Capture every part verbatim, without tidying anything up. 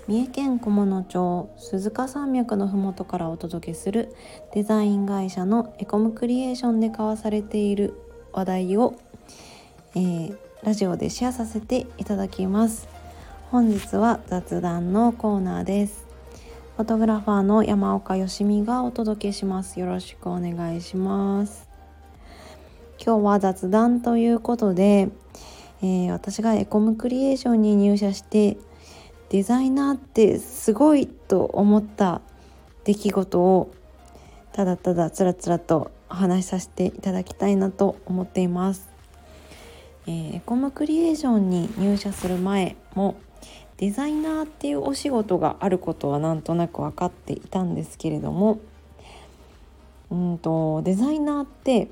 三重県菰野町鈴鹿山脈のふもとからお届けするデザイン会社のエコムクリエーションで交わされている話題を、えー、ラジオでシェアさせていただきます。本日は雑談のコーナーです。フォトグラファーの山岡よしみがお届けします。よろしくお願いします。今日は雑談ということで、えー、私がエコムクリエーションに入社してデザイナーってすごいと思った出来事をただただつらつらとお話しさせていただきたいなと思っています。えー、エコムクリエーションに入社する前もデザイナーっていうお仕事があることはなんとなく分かっていたんですけれども、うんとデザイナーって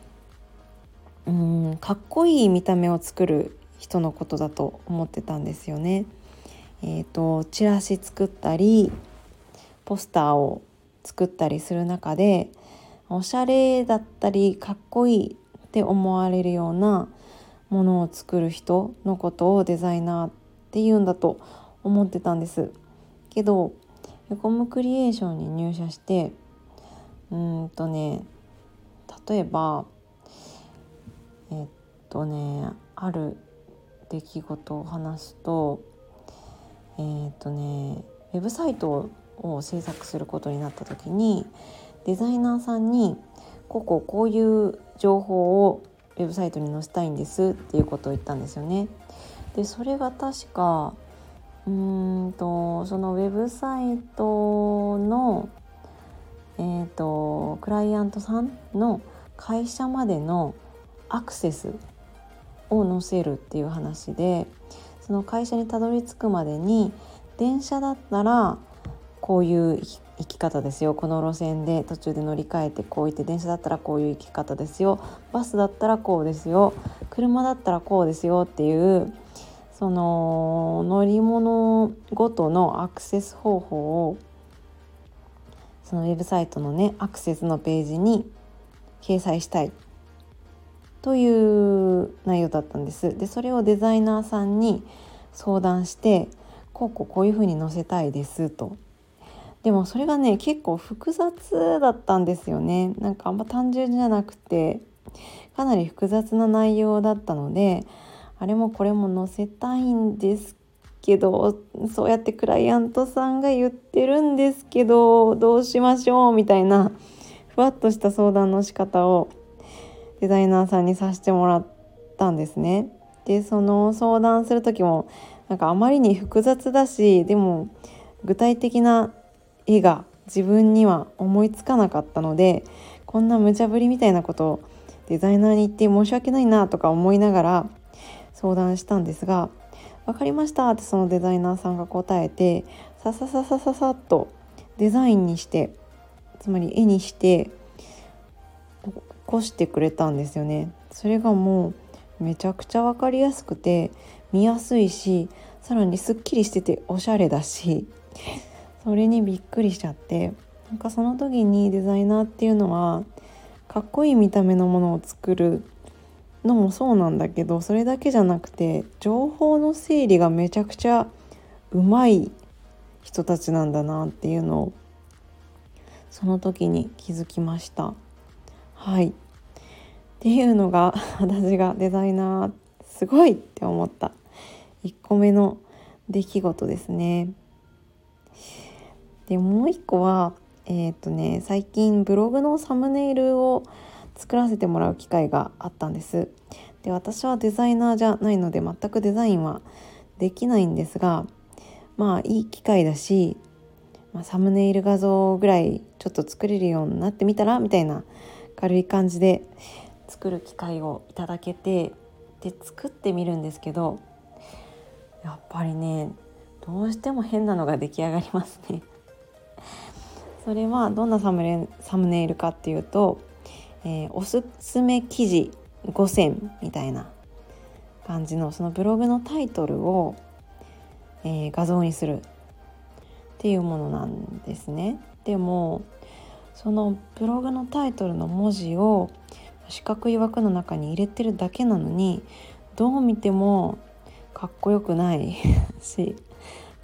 うんかっこいい見た目を作る人のことだと思ってたんですよね。えーと、チラシ作ったりポスターを作ったりする中でおしゃれだったりかっこいいって思われるようなものを作る人のことをデザイナーって言うんだと思ってたんですけど、エコムクリエーションに入社してうーんとね例えばえっとねある出来事を話すとえーとね、ウェブサイトを制作することになった時にデザイナーさんにこうこうこういう情報をウェブサイトに載せたいんですっていうことを言ったんですよね。でそれが確かうーんとそのウェブサイトの、えーとクライアントさんの会社までのアクセスを載せるっていう話で、その会社にたどり着くまでに電車だったらこういう行き方ですよ、この路線で途中で乗り換えてこう行って、電車だったらこういう行き方ですよ、バスだったらこうですよ、車だったらこうですよっていうその乗り物ごとのアクセス方法をそのウェブサイトのねアクセスのページに掲載したいという内容だったんです。でそれをデザイナーさんに相談してこうこうこういう風に載せたいですと。でもそれがね結構複雑だったんですよね。なんかあんま単純じゃなくてかなり複雑な内容だったので、あれもこれも載せたいんですけど、そうやってクライアントさんが言ってるんですけどどうしましょうみたいなふわっとした相談の仕方をデザイナーさんにさせてもらったんですね。でその相談する時もなんかあまりに複雑だし、でも具体的な絵が自分には思いつかなかったので、こんな無茶ぶりみたいなことをデザイナーに言って申し訳ないなとか思いながら相談したんですが、わかりましたってそのデザイナーさんが答えて、ささささささっとデザインにして、つまり絵にして起こしてくれたんですよね。それがもうめちゃくちゃ分かりやすくて見やすいし、さらにすっきりしてておしゃれだし、それにびっくりしちゃって、なんかその時にデザイナーっていうのはかっこいい見た目のものを作るのもそうなんだけど、それだけじゃなくて情報の整理がめちゃくちゃうまい人たちなんだなっていうのをその時に気づきました。はい、っていうのが私がデザイナーすごいって思ったいっこめの出来事ですね。でもう一個はえー、っとね最近ブログのサムネイルを作らせてもらう機会があったんです。で私はデザイナーじゃないので全くデザインはできないんですが、まあいい機会だし、まあ、サムネイル画像ぐらいちょっと作れるようになってみたらみたいな軽い感じで作る機会をいただけて、で作ってみるんですけど、やっぱりねどうしても変なのが出来上がりますね。それはどんなサムネ、サムネイルかっていうと、えー、おすすめ記事ごせんみたいな感じのそのブログのタイトルを、えー、画像にするっていうものなんですね。でもそのブログのタイトルの文字を四角い枠の中に入れてるだけなのにどう見てもかっこよくないし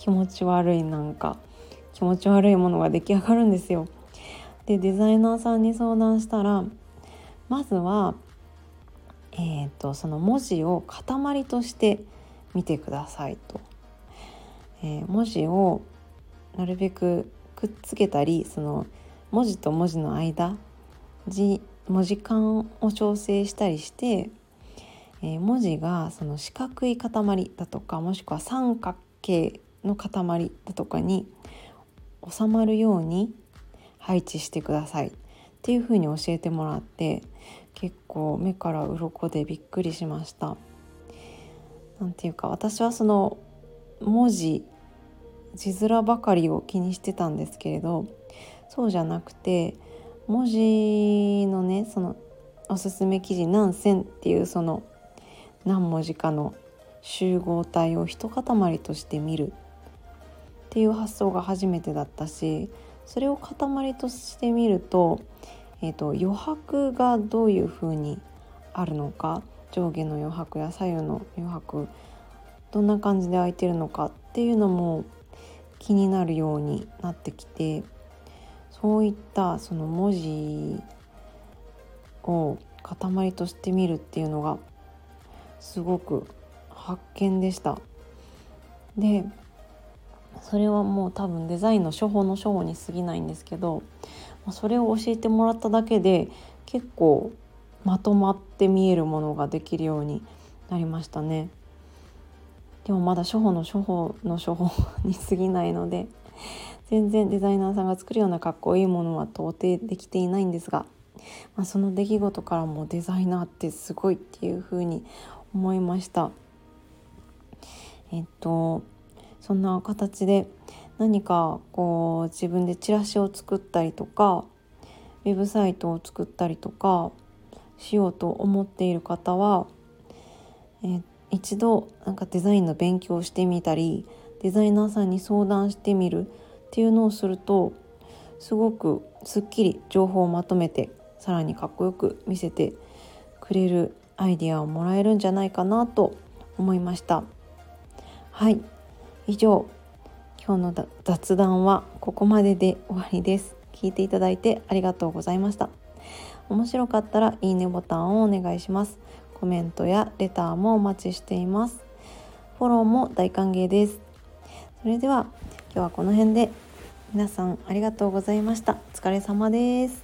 気持ち悪いなんか気持ち悪いものが出来上がるんですよ。でデザイナーさんに相談したら、まずは、えー、とその文字を塊として見てくださいと、えー、文字をなるべくくっつけたり、その文字と文字の間字文字間を調整したりして、えー、文字がその四角い塊だとか、もしくは三角形の塊だとかに収まるように配置してくださいっていう風に教えてもらって、結構目から鱗でびっくりしました。なんていうか、私はその文字字面ばかりを気にしてたんですけれど、そうじゃなくて文字のね、そのおすすめ記事何千っていうその何文字かの集合体を一塊として見るっていう発想が初めてだったし、それを塊として見ると、えーと、余白がどういう風にあるのか、上下の余白や左右の余白どんな感じで空いてるのかっていうのも気になるようになってきて、そういったその文字を塊として見るっていうのがすごく発見でした。でそれはもう多分デザインの初歩の初歩に過ぎないんですけど、それを教えてもらっただけで結構まとまって見えるものができるようになりましたね。でもまだ初歩の初歩の初歩に過ぎないので、全然デザイナーさんが作るようなかっこいいものは到底できていないんですが、まあ、その出来事からもデザイナーってすごいっていうふうに思いました。えっとそんな形で何かこう自分でチラシを作ったりとか、ウェブサイトを作ったりとかしようと思っている方は、え一度なんかデザインの勉強をしてみたり、デザイナーさんに相談してみるっていうのをすると、すごくすっきり情報をまとめてさらにかっこよく見せてくれるアイデアをもらえるんじゃないかなと思いました。はい、以上今日の雑談はここまでで終わりです。聞いていただいてありがとうございました。面白かったらいいねボタンをお願いします。コメントやレターもお待ちしています。フォローも大歓迎です。それでは今日はこの辺で、皆さんありがとうございました。お疲れ様です。